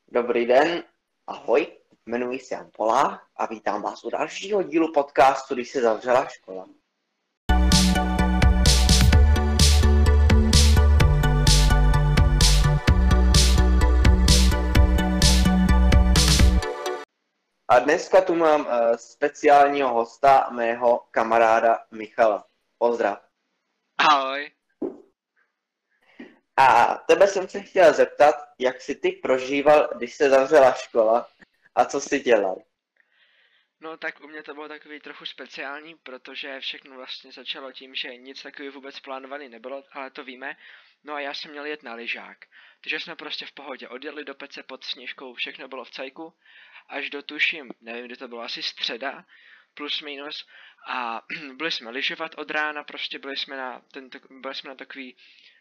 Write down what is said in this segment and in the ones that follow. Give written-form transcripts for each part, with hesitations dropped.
Dobrý den, ahoj, jmenuji se Jan Polák a vítám vás u dalšího dílu podcastu, když se zavřela škola. A dneska tu mám speciálního hosta, mého kamaráda Michala. Pozdrav. Ahoj. A tebe jsem se chtěl zeptat, jak jsi ty prožíval, když se zavřela škola a co jsi dělal? No tak u mě to bylo takový trochu speciální, protože všechno vlastně začalo tím, že nic takového vůbec plánovaný nebylo, ale to víme. No a já jsem měl jet na lyžák. Takže jsme prostě v pohodě odjeli do Pece pod Sněžkou, všechno bylo v cajku, až do tuším, nevím, kdy to bylo, asi středa, plus minus. A byli jsme lyžovat od rána, prostě byli jsme na takový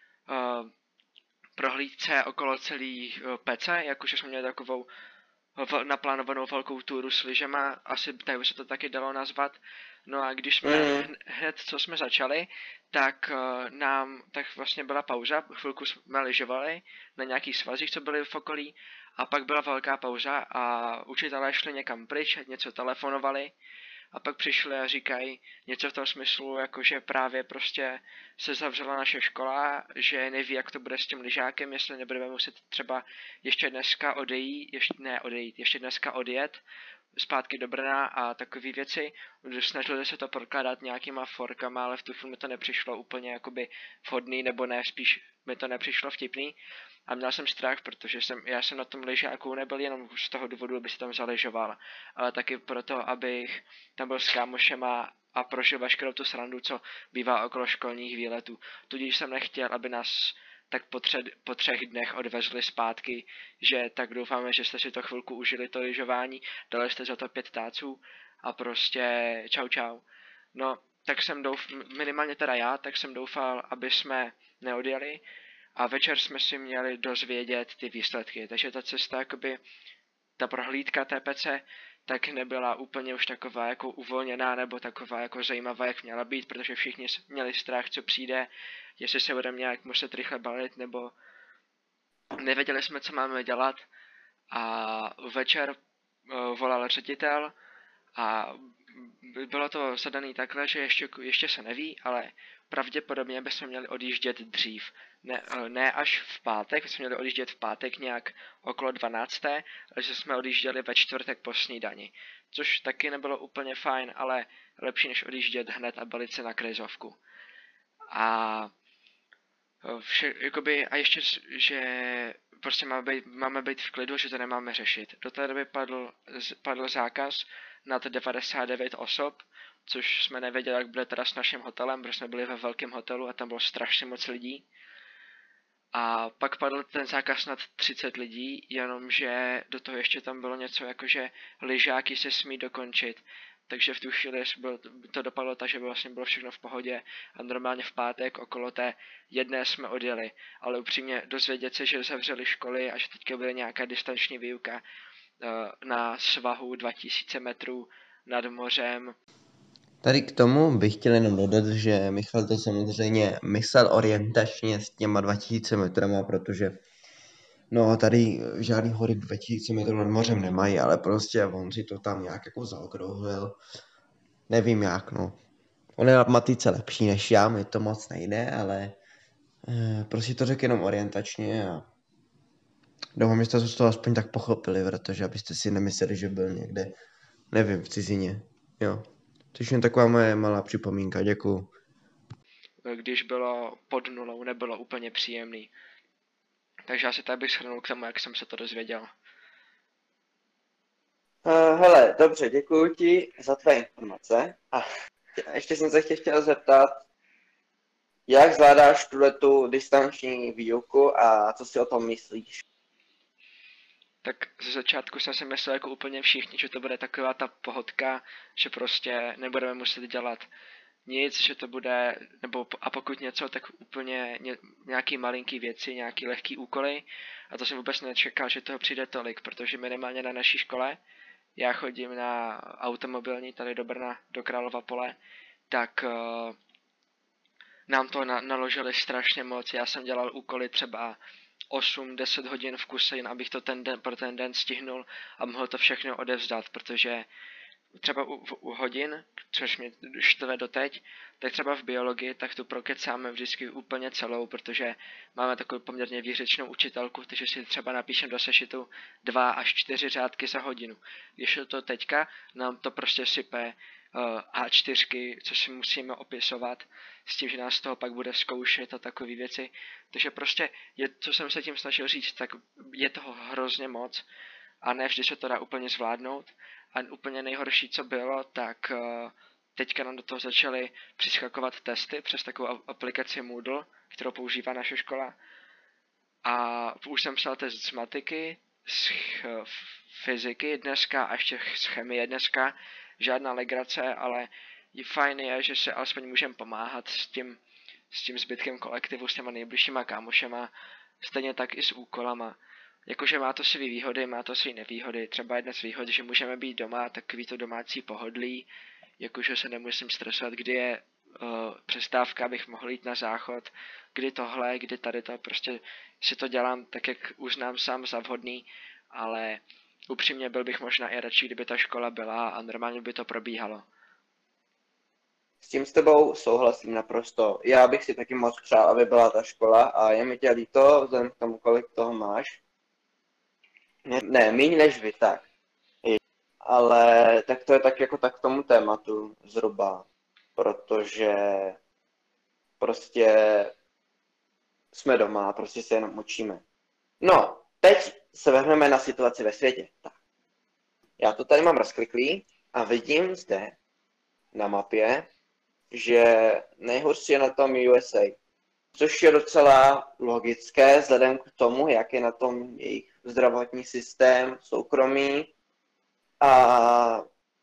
prohlídce okolo celý Pece, jakože jsme měli takovou naplánovanou velkou túru s lyžema, asi tak by se to taky dalo nazvat. No a když jsme hned, co jsme začali, tak tak vlastně byla pauza, chvilku jsme lyžovali na nějakých svazích, co byly v okolí, a pak byla velká pauza a učitelé šli někam pryč, něco telefonovali, a pak přišli a říkají něco v tom smyslu, jakože právě prostě se zavřela naše škola, že neví, jak to bude s tím lyžákem, jestli nebudeme muset třeba ještě dneska ještě dneska odjet zpátky do Brna a takové věci. Snažili se to prokládat nějakýma forkama, ale v tu chvíli mi to nepřišlo úplně jakoby vhodný, nebo ne, spíš mi to nepřišlo vtipný. A měl jsem strach, protože já jsem na tom lyžáku nebyl jenom z toho důvodu, aby si tam zaležoval, ale taky proto, abych tam byl s kámošema a prožil veškerou tu srandu, co bývá okolo školních výletů. Tudíž jsem nechtěl, aby nás tak po 3 dnech odvezli zpátky, že tak doufáme, že jste si to chvilku užili, to lyžování, dali jste za to 5 táců a prostě čau. No, tak jsem minimálně teda já, tak jsem doufal, aby jsme neodjeli a večer jsme si měli dozvědět ty výsledky, takže ta cesta, jakoby ta prohlídka TPC, tak nebyla úplně už taková jako uvolněná nebo taková jako zajímavá, jak měla být, protože všichni měli strach, co přijde, jestli se budeme nějak muset rychle balit, nebo nevěděli jsme, co máme dělat. A večer volal ředitel a bylo to zadaný takhle, že ještě se neví, ale pravděpodobně bychom měli odjíždět dřív. Ne až v pátek, bychom měli odjíždět v pátek nějak okolo 12. ale že jsme odjížděli ve čtvrtek po snídani. Což taky nebylo úplně fajn, ale lepší než odjíždět hned a balit se na krizovku. A a ještě, že prostě máme být v klidu, že to nemáme řešit. Do té doby padl zákaz nad 99 osob, což jsme nevěděli, jak bude teda s naším hotelem, protože jsme byli ve velkém hotelu a tam bylo strašně moc lidí. A pak padl ten zákaz nad 30 lidí, jenomže do toho ještě tam bylo něco jako, že lyžáky se smí dokončit. Takže v tu chvíli to dopadlo tak, že vlastně bylo všechno v pohodě a normálně v pátek okolo té 1 jsme odjeli. Ale upřímně dozvědět se, že zavřeli školy a že teďka bude nějaká distanční výuka na svahu 2000 metrů nad mořem. Tady k tomu bych chtěl jenom dodat, že Michal to samozřejmě myslel orientačně s těma 2000 metrama, protože no tady žádný hory 2000 metrů nad mořem nemají, ale prostě on si to tam nějak jako zaokrouhlil. Nevím jak, no. On je na matice lepší než já, mi to moc nejde, ale prostě to řekl jenom orientačně a doufám, že jste to z toho aspoň tak pochopili, protože abyste si nemysleli, že byl někde, nevím, v cizině, jo. Což je taková moje malá připomínka, děkuju. Když bylo pod nulou, nebylo úplně příjemný. Takže asi tak bych shrnul k tomu, jak jsem se to dozvěděl. Hele, dobře, děkuji ti za tvé informace. A ještě jsem se chtěl zeptat, jak zvládáš tu distanční výuku a co si o tom myslíš? Tak ze začátku jsem si myslel jako úplně všichni, že to bude taková ta pohodka, že prostě nebudeme muset dělat nic, že to bude, a pokud něco, tak úplně nějaký malinký věci, nějaký lehký úkoly. A to jsem vůbec nečekal, že toho přijde tolik, protože minimálně na naší škole, já chodím na automobilní tady do Brna, do Králova Pole, tak nám to naložili strašně moc. Já jsem dělal úkoly třeba 8-10 hodin v kuse, jen abych to pro ten den stihnul a mohl to všechno odevzdat, protože třeba u hodin, což mě štve doteď, tak třeba v biologii, tak tu prokecáme vždycky úplně celou, protože máme takovou poměrně výřečnou učitelku, takže si třeba napíšem do sešitu 2 až 4 řádky za hodinu. Když je to teďka, nám to prostě sype A4, co si musíme opisovat, s tím, že nás toho pak bude zkoušet a takové věci. Takže prostě, co jsem se tím snažil říct, tak je toho hrozně moc a ne vždy se to dá úplně zvládnout. A úplně nejhorší, co bylo, tak teďka nám do toho začaly přiskakovat testy přes takovou aplikaci Moodle, kterou používá naše škola. A už jsem psal test z matiky, z fyziky dneska a ještě z chemie dneska. Žádná legrace, ale fajn je, že se alespoň můžeme pomáhat s tím zbytkem kolektivu, s těma nejbližšíma kámošema, stejně tak i s úkolama. Jakože má to svý výhody, má to svý nevýhody. Třeba jedna z výhod, že můžeme být doma, takový to domácí pohodlí, jakože se nemusím stresovat, kdy je přestávka, abych mohl jít na záchod, kdy tohle, kdy tady to, prostě si to dělám tak, jak uznám sám za vhodný, ale upřímně byl bych možná i radši, kdyby ta škola byla a normálně by to probíhalo. S tím s tebou souhlasím naprosto. Já bych si taky moc přál, aby byla ta škola a je mi tě líto, vzhledem k tomu, kolik toho máš. Ne, míň než vy, tak. Ale tak to je tak jako tak k tomu tématu zhruba, protože prostě jsme doma, prostě se jenom učíme. No, teď se vrhneme na situaci ve světě. Tak. Já to tady mám rozkliklý a vidím zde na mapě, že nejhorší je na tom USA. Což je docela logické, vzhledem k tomu, jak je na tom jejich zdravotní systém, soukromý a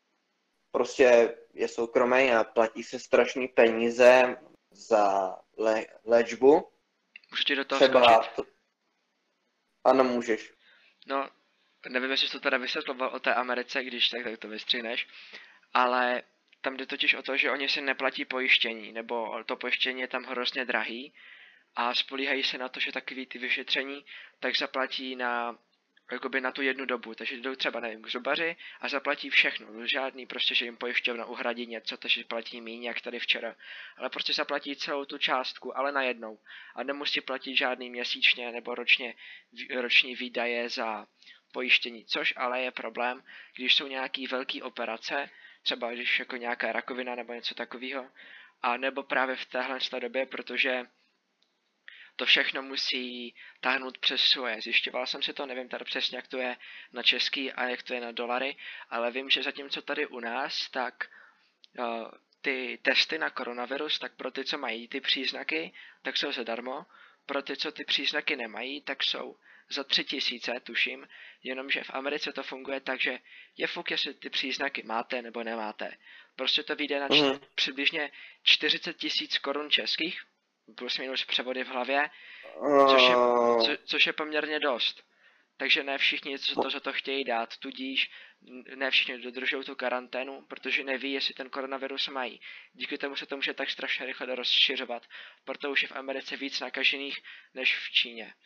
prostě je soukromý a platí se strašný peníze za léčbu. Můžu ti do toho Třeba skočit? Ano, můžeš. No, nevím, jestli jsi to teda vysvětloval o té Americe, když tak to vystříneš, ale tam jde totiž o to, že oni si neplatí pojištění, nebo to pojištění je tam hrozně drahý a spolíhají se na to, že takový ty vyšetření tak zaplatí jakoby na tu jednu dobu, takže jdou třeba, nevím, k zubaři a zaplatí všechno, žádný prostě, že jim pojišťovna uhradí něco, takže platí míň, jak tady včera, ale prostě zaplatí celou tu částku, ale najednou a nemusí platit žádný měsíčně nebo roční výdaje za pojištění, což ale je problém, když jsou nějaký velký operace, třeba když jako nějaká rakovina nebo něco takového, a nebo právě v téhle době, protože to všechno musí táhnout přes svoje. Zjišťoval jsem si to, nevím tady přesně, jak to je na český a jak to je na dolary, ale vím, že zatímco tady u nás, tak ty testy na koronavirus, tak pro ty, co mají ty příznaky, tak jsou zadarmo. Pro ty, co ty příznaky nemají, tak jsou za 3000, tuším, jenomže v Americe to funguje tak, že je fuk, jestli ty příznaky máte nebo nemáte. Prostě to vyjde na přibližně 40 000 korun českých, plus minus převody v hlavě, což je poměrně dost. Takže ne všichni za to chtějí dát, tudíž ne všichni dodržují tu karanténu, protože neví, jestli ten koronavirus mají. Díky tomu se to může tak strašně rychle rozšiřovat, proto už je v Americe víc nakažených než v Číně.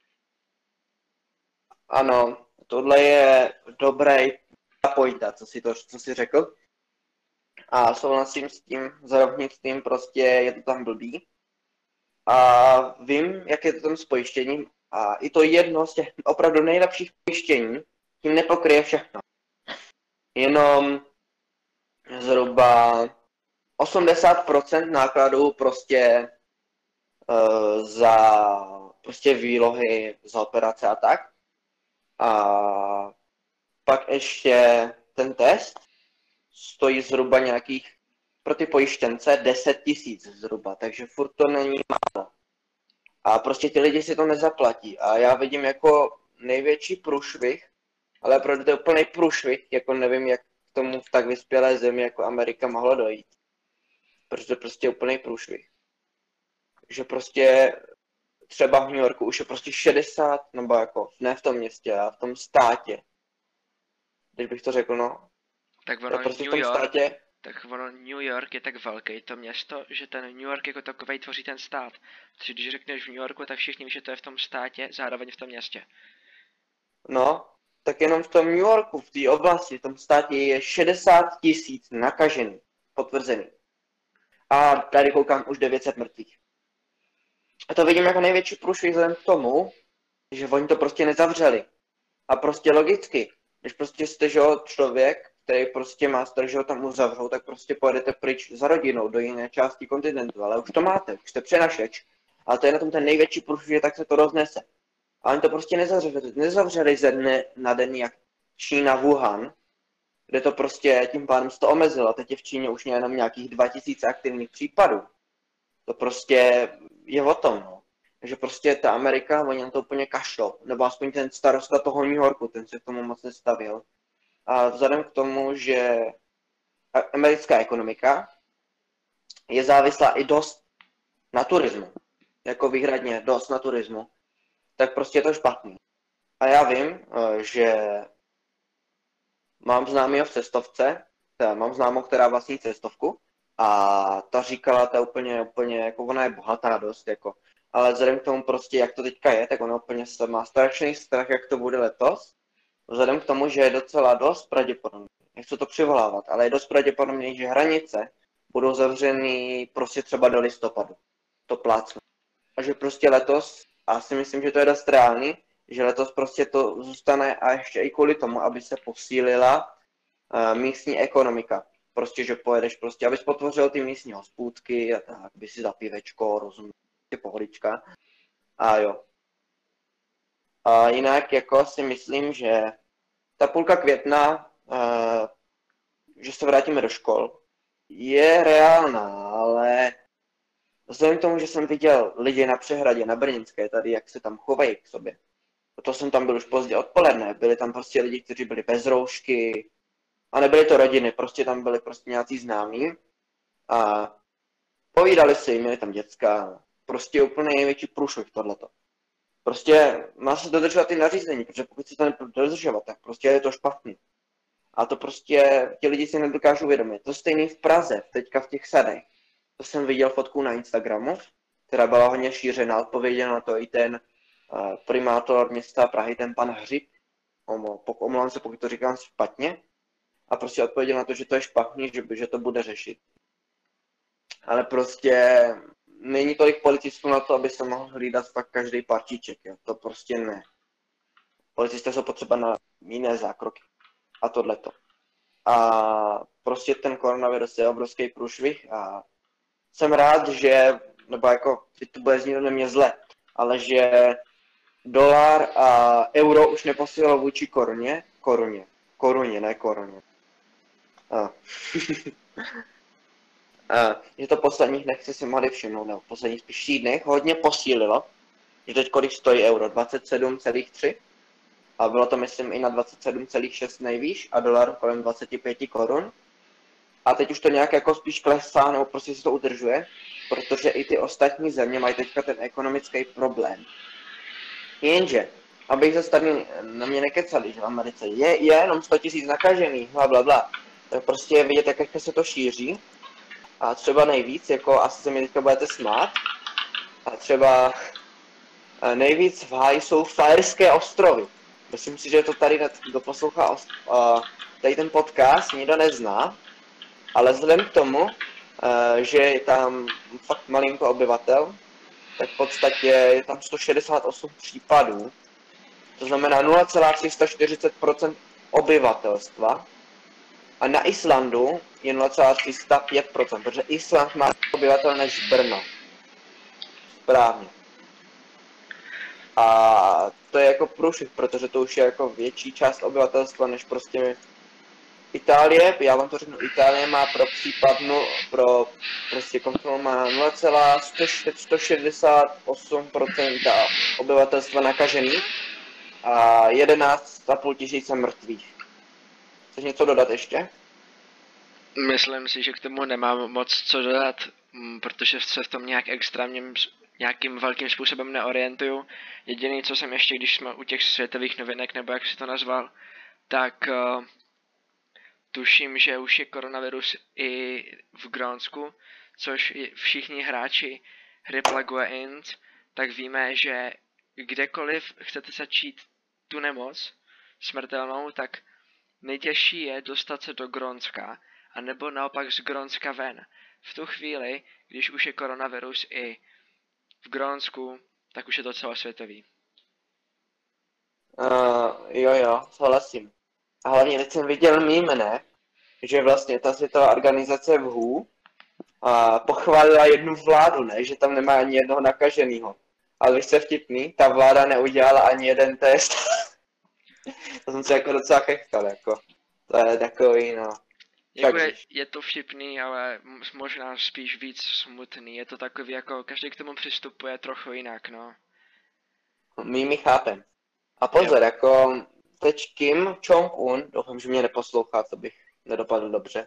Ano, tohle je dobrý pojďta, co jsi řekl. A souhlasím s tím, zdravotnictvím prostě je to tam blbý. A vím, jak je to tam s pojištěním. A i to jedno z těch opravdu nejlepších pojištění tím nepokryje všechno. Jenom zhruba 80% nákladů prostě za prostě výlohy, za operace a tak. A pak ještě ten test stojí zhruba nějakých pro ty pojištěnce 10 000 zhruba, takže furt to není málo. A prostě ty lidi si to nezaplatí. A já vidím jako největší průšvih, ale opravdu to je úplný průšvih, jako nevím, jak k tomu v tak vyspělé zemi jako Amerika mohlo dojít. Protože to je prostě úplný průšvih. Že prostě třeba v New Yorku už je prostě 60, nebo jako ne v tom městě, ale v tom státě. Když bych to řekl, no. Tak ono prostě New v tom York, státě. tak ono New York je tak velký to město, že ten New York jako takovej tvoří ten stát. Takže když řekneš v New Yorku, tak všichni ví, že to je v tom státě, zároveň v tom městě. No, tak jenom v tom New Yorku, v té oblasti, v tom státě je 60 000 nakažených, potvrzených. A tady koukám už 900 mrtvých. A to vidím jako největší průšvih vzhledem k tomu, že oni to prostě nezavřeli. A prostě logicky, když prostě jste, že člověk, který prostě má strach, že ho tam uzavřou, tak prostě pojedete pryč za rodinou do jiné části kontinentu, ale už to máte, už jste přenašeč. A to je na tom ten největší průšvih, že tak se to roznese. A oni to prostě nezavřeli ze dne na den, jak Čína Wuhan, kde to prostě tím pádem se to omezilo. A teď je v Číně už jenom nějakých 2000 aktivních případů. To prostě je o tom, no. Že prostě ta Amerika, oni na to úplně kašlou. Nebo aspoň ten starosta toho New Yorku, ten se k tomu moc nestavil. A vzhledem k tomu, že americká ekonomika je závislá i dost na turismu. Jako výhradně dost na turismu. Tak prostě je to špatný. A já vím, že mám známýho v cestovce, mám známou, která vlastní cestovku a ta říkala, to úplně, jako ona je bohatá dost, jako, ale vzhledem k tomu prostě, jak to teďka je, tak ona úplně má strašný strach, jak to bude letos, vzhledem k tomu, že je docela dost pravděpodobný, nechci to přivolávat, ale je dost pravděpodobný, že hranice budou zavřeny prostě třeba do listopadu, to plácnu. A že prostě letos, a si myslím, že to je dost reálný, že letos prostě to zůstane a ještě i kvůli tomu, aby se posílila místní ekonomika. Prostě, že pojedeš prostě, abys potvořil ty místní hospůdky a tak, by si za pivečko, rozumíš, pohodička. A jo. A jinak jako si myslím, že ta půlka května, že se vrátíme do škol, je reálná, ale vzhledem k tomu, že jsem viděl lidi na přehradě, na Brněnské, tady, jak se tam chovají k sobě. To jsem tam byl už pozdě odpoledne, byli tam prostě lidi, kteří byli bez roušky, a nebyly to rodiny, prostě tam byli prostě nějací známí a povídali si, měli tam děcka, prostě úplně největší průšvih tohleto. Prostě má se dodržovat ty nařízení, protože pokud se to nebude dodržovat, tak prostě je to špatný. A to prostě ti lidi si nedokážou uvědomit. To stejný v Praze, teďka v těch sadech. To jsem viděl fotku na Instagramu, která byla hodně šířená, odpověděl na to i ten primátor města Prahy, ten pan Hřib, omlouvám se, pokud to říkám špatně, a prostě odpověděl na to, že to je špatný, že to bude řešit. Ale prostě není tolik policistů na to, aby se mohl hlídat fakt každý partíček, jo. To prostě ne. Policisté jsou potřeba na jiné zákroky. A tohleto. A prostě ten koronavirus je obrovský průšvih a jsem rád, že, nebo jako, teď to bude znít ode mě zle, ale že dolar a euro už neposílalo vůči koruně, ne koroně. Že to posledních dnech si mohli všimnout, nebo posledních spíš týdnech hodně posílilo, že teď kolik stojí euro, 27,3 a bylo to myslím i na 27,6 nejvýš a dolar kolem 25 korun. A teď už to nějak jako spíš klesá, nebo prostě se to udržuje, protože i ty ostatní země mají teďka ten ekonomický problém. Jenže, abych zase tady na mě nekecali, že v Americe je jenom 100 000 nakažených, bla, tak prostě je vidět, jak se to šíří. A třeba nejvíc, jako asi se mi teďka budete smát, a třeba nejvíc v háji jsou Faerské ostrovy. Myslím si, že to tady, kdo poslouchá tady ten podcast, nikdo nezná, ale vzhledem k tomu, že je tam fakt malinko obyvatel, tak v podstatě je tam 168 případů, to znamená 0,340% obyvatelstva. A na Islandu je 0,305%, protože Island má obyvatel než Brno. Správně. A to je jako průšvih, protože to už je jako větší část obyvatelstva než prostě Itálie. Já vám to řeknu, Itálie má pro pro prostě kontrolu má 0,168% obyvatelstva nakažených a 11,5 tisíce mrtvých. Chceš něco dodat ještě? Myslím si, že k tomu nemám moc co dodat, protože se v tom nějak nějakým velkým způsobem neorientuju. Jediný, co jsem ještě, když jsme u těch světových novinek, nebo jak si to nazval, tak tuším, že už je koronavirus i v Grónsku, což všichni hráči hry Plague Inc., tak víme, že kdekoliv chcete začít tu nemoc smrtelnou, tak nejtěžší je dostat se do Grónska, anebo naopak z Grónska ven. V tu chvíli, když už je koronavirus i v Grónsku, tak už je to celosvětový. Jo, souhlasím. A hlavně teď jsem viděl meme, ne? Že vlastně ta světová organizace WHO pochválila jednu vládu, ne? Že tam nemá ani jednoho nakaženého. Ale víš, co je vtipný? Ta vláda neudělala ani jeden test. To jsem se jako docela chechtal, jako. To je takový, no. Jako je to vtipný, ale možná spíš víc smutný. Je to takový, jako každý k tomu přistupuje trochu jinak, no. My chápem. A pozor, Jo. jako teď Kim Jong-un, doufám, že mě neposlouchá, to bych nedopadl dobře,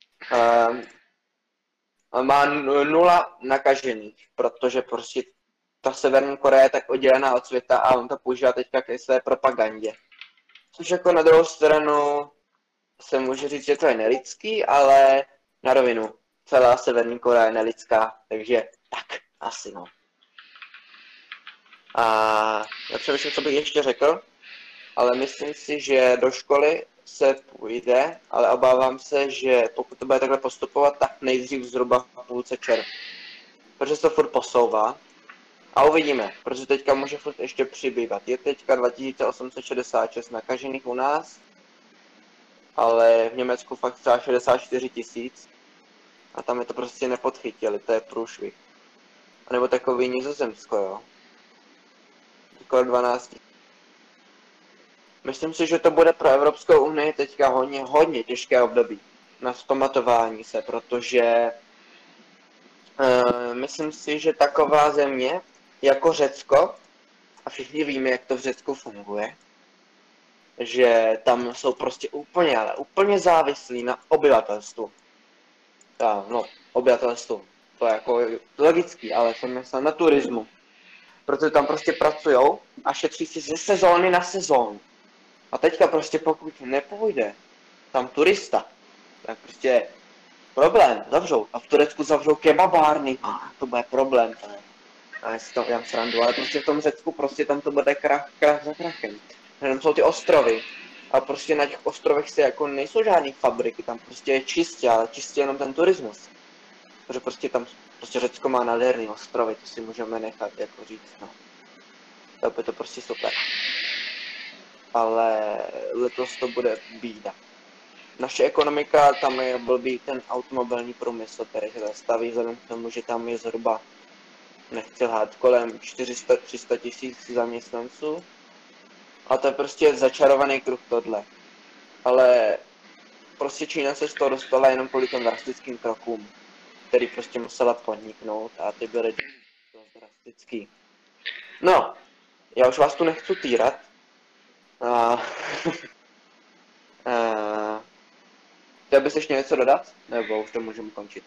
má 0 nakažených, protože prostě ta Severní Korea je tak oddělená od světa a on to používá teďka ke své propagandě. Což jako na druhou stranu se může říct, že to je nelidský, ale na rovinu. Celá Severní Korea je nelidská, takže tak, asi no. A já přemýšlím, co bych ještě řekl, ale myslím si, že do školy se půjde, ale obávám se, že pokud to bude takhle postupovat, tak nejdřív zhruba v půlce června. Protože se to furt posouvá. A uvidíme, protože teďka může furt ještě přibývat. Je teďka 2866 nakažených u nás, ale v Německu fakt třeba 64 000. A tam je to prostě nepodchytili, to je průšvih. A nebo takový Nizozemsko, jo. Skoro 12 000. Myslím si, že to bude pro Evropskou unii teďka hodně těžké období na vzpamatování se, protože myslím si, že taková země jako Řecko, a všichni víme, jak to v Řecku funguje, že tam jsou prostě úplně závislí na obyvatelstvu. Obyvatelstvu. To je jako logický, ale jsem myslel na turismu. Protože tam prostě pracujou a šetří si ze sezóny na sezónu. A teďka prostě pokud nepůjde tam turista, tak prostě problém, zavřou. A v Turecku zavřou kebabárny. To bude problém. A já si to udělám srandu, ale prostě v tom Řecku prostě tam to bude krach za krachem. Jenom jsou ty ostrovy. A prostě na těch ostrovech se jako nejsou žádný fabriky, tam prostě je čistě, ale čistě jenom ten turismus. Protože prostě tam, prostě Řecko má nádherný ostrovy, to si můžeme nechat jako říct, no. To je to prostě super. Ale letos to bude bída. Naše ekonomika, tam je blbý ten automobilní průmysl, který se zastaví vzhledem k tomu, že tam je zhruba, nechci lhát, kolem 400-300 tisíc zaměstnanců. A to je prostě začarovaný kruh tohle. Ale prostě Čína se z toho dostala jenom kvůli těm drastickým krokům, který prostě musela podniknout a ty byly dost drastický. No, já už vás tu nechci týrat. Chtěl bys ještě něco dodat? Nebo už to můžeme končit?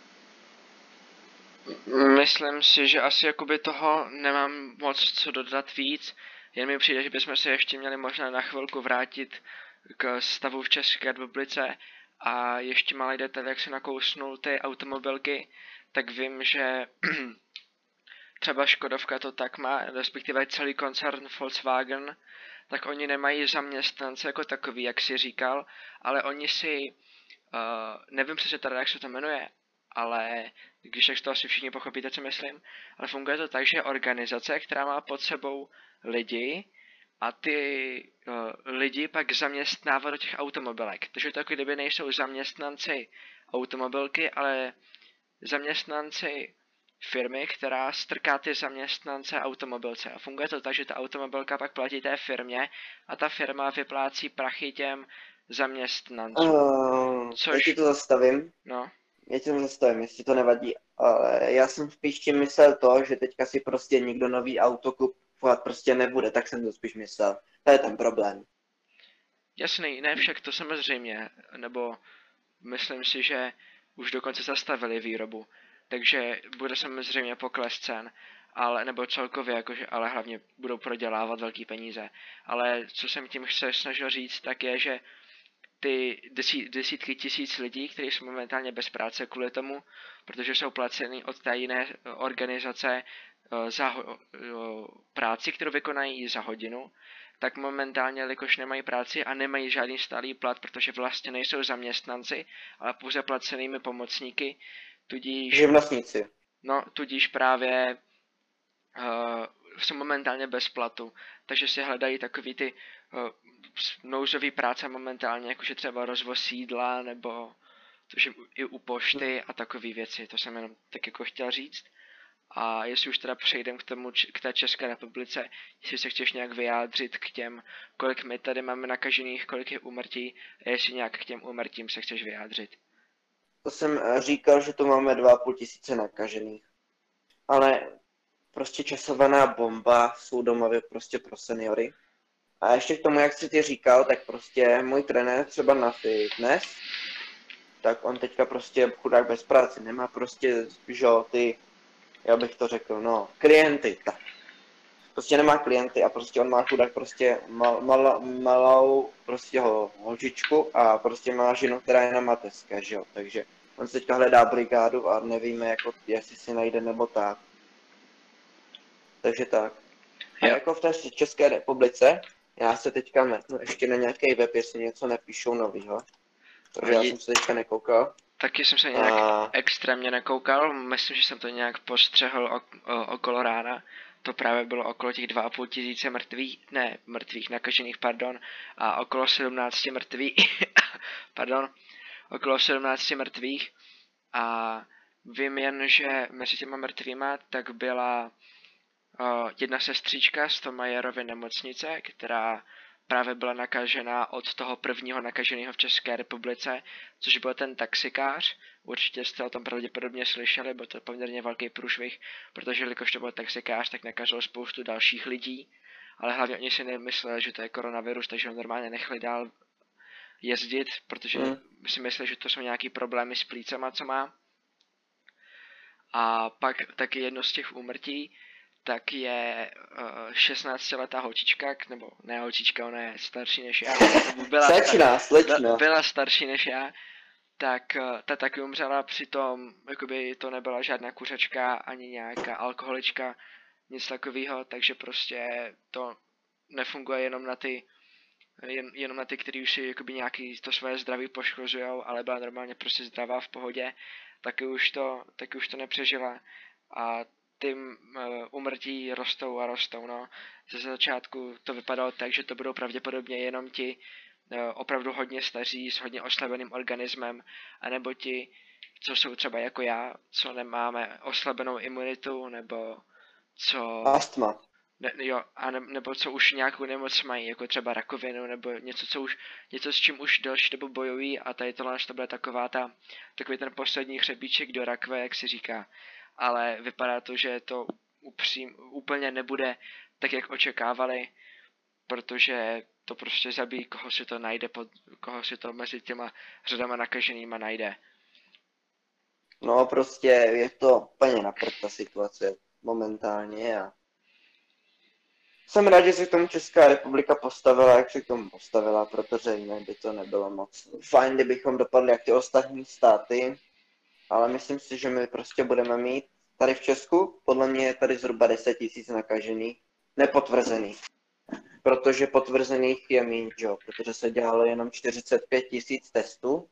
Myslím si, že asi jakoby toho nemám moc co dodat víc, jen mi přijde, že bychom se ještě měli možná na chvilku vrátit k stavu v České republice a ještě malý detail, jak se nakousnul ty automobilky, tak vím, že třeba Škodovka to tak má, respektive celý koncern Volkswagen, tak oni nemají zaměstnance jako takový, jak si říkal, ale oni si, nevím přesně teda, jak se to jmenuje, ale když tak to asi všichni pochopíte, co myslím, ale funguje to tak, že je organizace, která má pod sebou lidi a ty lidi pak zaměstnává do těch automobilek. Takže to jako kdyby nejsou zaměstnanci automobilky, ale zaměstnanci firmy, která strká ty zaměstnance automobilce. A funguje to tak, že ta automobilka pak platí té firmě a ta firma vyplácí prachy těm zaměstnancům. Já ti to zastavím. No. Já ti to zastavím, jestli to nevadí. Ale já jsem spíš tím myslel to, že teďka si prostě nikdo nový auto kupovat prostě nebude, tak jsem to spíš myslel. To je ten problém. Jasný, ne však to samozřejmě, nebo myslím si, že už dokonce zastavili výrobu. Takže bude samozřejmě pokles cen, ale, nebo celkově, jakože, ale hlavně budou prodělávat velký peníze. Ale co jsem tím se snažil říct, tak je, že ty desítky tisíc lidí, kteří jsou momentálně bez práce kvůli tomu, protože jsou placený od té jiné organizace za práci, kterou vykonají za hodinu, tak momentálně, jelikož nemají práci a nemají žádný stálý plat, protože vlastně nejsou zaměstnanci, ale pouze placenými pomocníky, tudíž... Živnostníci. No, tudíž právě jsou momentálně bez platu, takže si hledají takový ty nouzový práce momentálně, jakože třeba rozvoz sídla, nebo že i u pošty a takové věci, to jsem jenom tak jako chtěl říct. A jestli už teda přejdem k té České republice, jestli se chceš nějak vyjádřit k těm, kolik my tady máme nakažených, kolik je úmrtí, a jestli nějak k těm úmrtím se chceš vyjádřit. To jsem říkal, že tu máme 2,5 tisíce nakažených. Ale prostě časovaná bomba jsou domovy prostě pro seniory. A ještě k tomu, jak jsi ty říkal, tak prostě můj trenér třeba na fitness, tak on teďka prostě chudák bez práce, nemá prostě, že ty, já bych to řekl, no, klienty, tak. Prostě nemá klienty a prostě on má chudák prostě malou prostě holčičku a prostě má ženu, která je na mateřské, že jo, takže on se teďka hledá brigádu a nevíme, jako, jestli si najde nebo tak. Takže tak. A jako v té České republice, já se teďka metnu ještě na nějaký web, jestli něco nepíšou novýho. Protože já jsem se teďka nekoukal. Taky jsem se nějak extrémně nekoukal, myslím, že jsem to nějak postřehl okolo rána. To právě bylo okolo těch 2,5 tisíce mrtvých, nakažených, pardon, a okolo 17 mrtvých, okolo 17 mrtvých. A vím jen, že mezi těma mrtvýma tak byla jedna sestřička z Thomayerovy nemocnice, která právě byla nakažená od toho prvního nakaženého v České republice, což byl ten taxikář. Určitě jste o tom pravděpodobně slyšeli, byl to poměrně velký průšvih, protože jelikož to byl taxikář, tak nakazil spoustu dalších lidí, ale hlavně oni si nemysleli, že to je koronavirus, takže ho normálně nechali dál jezdit, protože si mysleli, že to jsou nějaký problémy s plícema, co má. A pak taky jedno z těch úmrtí, tak je 16letá holčička, nebo ne holčička, ona je starší než já. Byla starší než já, tak ta taky umřela, přitom jakoby to nebyla žádná kuřačka, ani nějaká alkoholička, nic takového, takže prostě to nefunguje jenom na ty, kteří už si jakoby nějaký to svoje zdraví poškozujou, ale byla normálně prostě zdravá v pohodě, taky už to nepřežila a ty úmrtí rostou a rostou, no. Ze začátku to vypadalo tak, že to budou pravděpodobně jenom ti opravdu hodně staří s hodně oslabeným organismem, anebo ti, co jsou třeba jako já, co nemáme oslabenou imunitu, nebo co... Astma. Nebo co už nějakou nemoc mají, jako třeba rakovinu, nebo něco s čím už delší dobu bojují a tady tohle to bude takový ten poslední hřebíček do rakve, jak si říká. Ale vypadá to, že to úplně nebude tak, jak očekávali, protože to prostě zabíjí, koho si to najde, koho si to mezi těma řadama nakaženýma najde. No prostě je to úplně napřed ta situace momentálně a jsem rád, že se k tomu Česká republika postavila, jak se k tomu postavila, protože jinak by to nebylo moc fajn, kdybychom dopadli jak ty ostatní státy, ale myslím si, že my prostě budeme mít tady v Česku, podle mě je tady zhruba 10 000 nakažených, nepotvrzených, protože potvrzených je méně, protože se dělalo jenom 45 000 testů,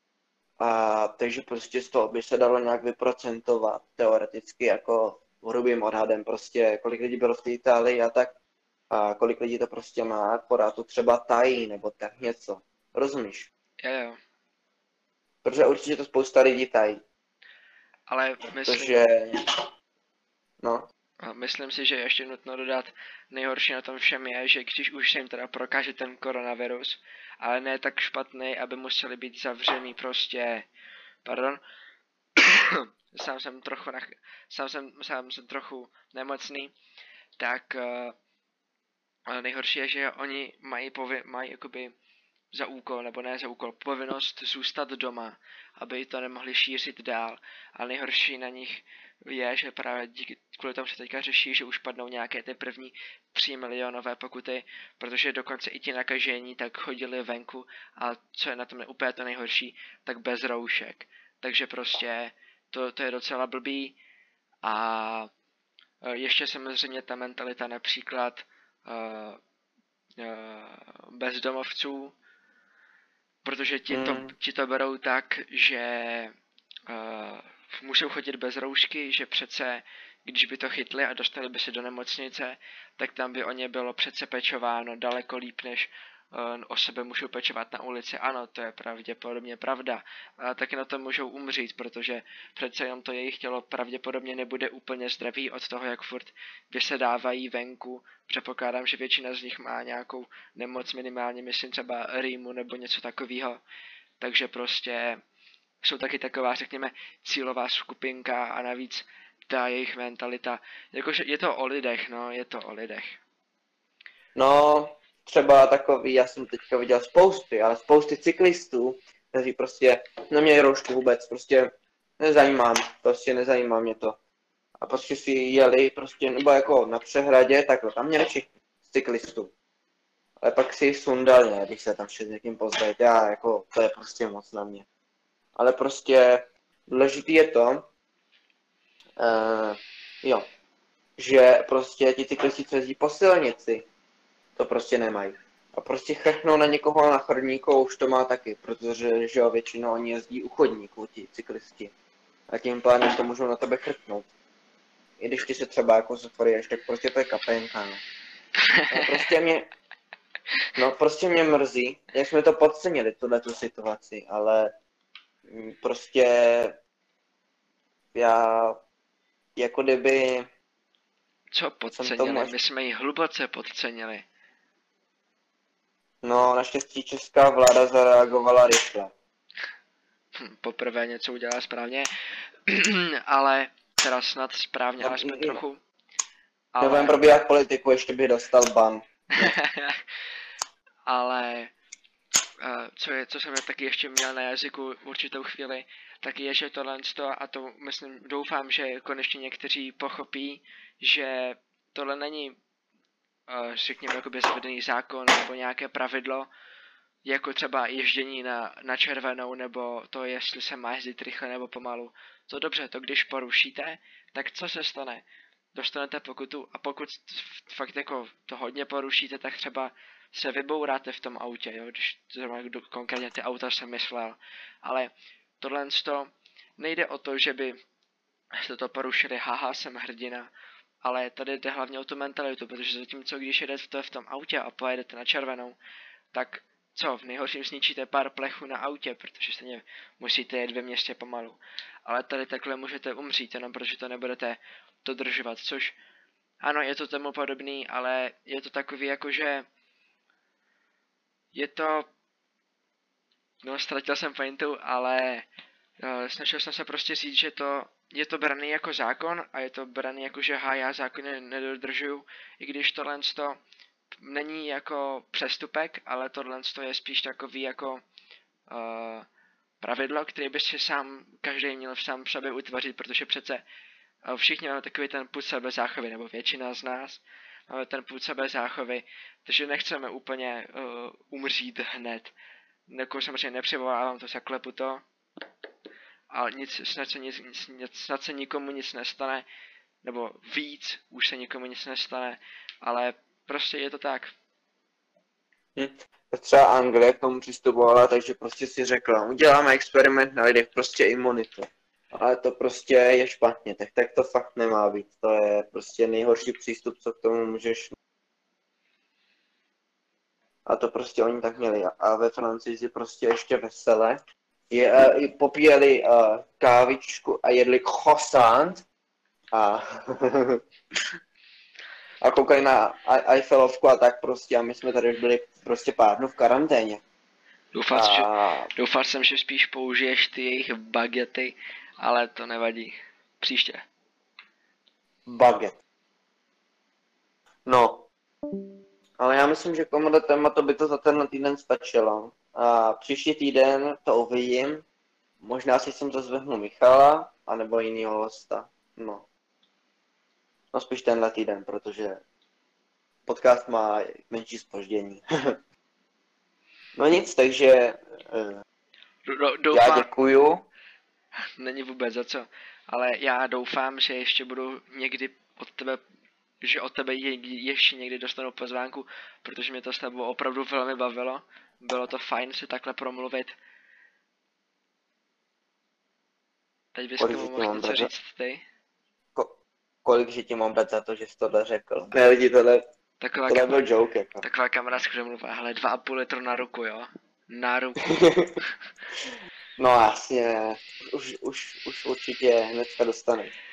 a takže prostě z toho by se dalo nějak vyprocentovat teoreticky jako hrubým odhadem prostě, kolik lidí bylo v té Itálii a tak, a kolik lidí to prostě má, akorát to třeba tají, nebo tak něco. Rozumíš? Jo. Protože určitě to spousta lidí tají. Ale myslím si, že ještě nutno dodat, nejhorší na tom všem je, že když už se jim teda prokáže ten koronavirus, ale ne tak špatný, aby museli být zavřený prostě, sám jsem trochu nemocný, tak nejhorší je, že oni mají jakoby za úkol, nebo ne za úkol, povinnost zůstat doma, aby to nemohli šířit dál. Ale nejhorší na nich je, že právě kvůli tomu se teďka řeší, že už padnou nějaké ty první 3 milionové pokuty, protože dokonce i ti nakažení tak chodili venku a co je na tom úplně to nejhorší, tak bez roušek. Takže prostě to je docela blbý a ještě samozřejmě ta mentalita například bezdomovců, protože ti to berou tak, že musou chodit bez roušky, že přece, když by to chytli a dostali by se do nemocnice, tak tam by o ně bylo přece pečováno daleko líp, než o sebe můžou pečovat na ulici. Ano, to je pravděpodobně pravda. A taky na to můžou umřít, protože přece jenom to jejich tělo pravděpodobně nebude úplně zdravý od toho, jak furt vysedávají venku. Předpokládám, že většina z nich má nějakou nemoc, minimálně myslím třeba rýmu nebo něco takového. Takže prostě jsou taky taková, řekněme, cílová skupinka a navíc ta jejich mentalita, jakože je to o lidech, no, je to o lidech. No, třeba takový, já jsem teďka viděl spousty cyklistů, kteří prostě neměli roušku vůbec, prostě nezajímá mě to. A prostě si jeli prostě, nebo jako na přehradě, takhle, tam měli všichni cyklistů. Ale pak si ji sundali, ne, když se tam šli s někým pozdravit, to je prostě moc na mě. Ale prostě důležitý je to, že prostě ti cyklisti, co jezdí po silnici, to prostě nemají. A prostě chrchnou na někoho na chodníku, už to má taky, protože že jo, většinou oni jezdí u chodníků, ti cyklisti. A tím pádem to můžou na tebe chrknout. I když ty se třeba jako zaforieš, tak prostě to je kapenka, no. Prostě mě mrzí, jak jsme to podcenili, tu situaci, ale prostě já jako kdyby... Co podcenili? My jsme ji hluboce podcenili. No, naštěstí česká vláda zareagovala rychle. Poprvé něco udělala správně, ale teda snad správně alespoň trochu. Ale... Nebudem probíhat politiku, ještě bych dostal ban. Ale co jsem taky ještě měl na jazyku určitou chvíli, tak je, že tohle a to myslím, doufám, že konečně někteří pochopí, že tohle není řekněme jakoby zavedený zákon nebo nějaké pravidlo, jako třeba ježdění na červenou, nebo to, jestli se má jezdit rychle nebo pomalu. To dobře, to když porušíte, tak co se stane? Dostanete pokutu a pokud fakt jako to hodně porušíte, tak třeba se vybouráte v tom autě, jo, když konkrétně ty auta jsem myslel. Ale tohle nejde o to, že by jste to porušili, haha, jsem hrdina, ale tady jde hlavně o tu mentalitu, protože zatímco když jedete v tom autě a pojedete na červenou, tak co, v nejhorším sničíte pár plechů na autě, protože stejně musíte jet ve městě pomalu. Ale tady takhle můžete umřít, jenom protože to nebudete dodržovat, což ano, je to tomu podobný, ale je to takový jakože je to, no ztratil jsem pointu, ale snažil jsem se prostě říct, že je to braný jako zákon a je to braný jako, že já zákony nedodržuju, i když tohle není jako přestupek, ale tohle je spíš takový jako pravidlo, které by si každý měl sám v sobě utvořit, protože přece všichni máme takový ten pud sebezáchovy, nebo většina z nás máme ten pud sebezáchovy, takže nechceme úplně umřít hned. Jako samozřejmě nepřivolávám to, zaklepu to, ale snad se nikomu nic nestane, nebo víc už se nikomu nic nestane, ale prostě je to tak. Třeba Anglie k tomu přistupovala, takže prostě si řekla, uděláme experiment na lidech, prostě imunitu. Ale to prostě je špatně, tak to fakt nemá být. To je prostě nejhorší přístup, co k tomu můžeš. A to prostě oni tak měli. A ve Francii si prostě ještě vesele popíjeli kávičku a jedli croissant a koukali na Eiffelovku a tak prostě a my jsme tady už byli prostě pár dnů v karanténě. Doufal jsem, že spíš použiješ ty jejich bagety, ale to nevadí. Příště. Baget. No. Ale já myslím, že k tomuto tématu by to za tenhle týden stačilo. A příští týden to uvidím. Možná si jsem zazvihnu Michala, anebo jinýho hosta. No. No spíš tenhle týden, protože podcast má menší zpoždění. No nic, takže já Doufám, děkuju. není vůbec za co, ale já doufám, že ještě budu někdy od tebe, že od tebe ještě někdy dostanu pozvánku, protože mě to s tebou opravdu velmi bavilo. Bylo to fajn si takhle promluvit. Teď bys k tomu mohl něco říct ty? Kolik že ti mám dát za to, že jsi tohle řekl? Ne lidi, tohle byl joke jako. Taková kamarádska mluvá, hele 2,5 litru na ruku, jo? Na ruku. No jasně, už určitě hnedka dostaneš.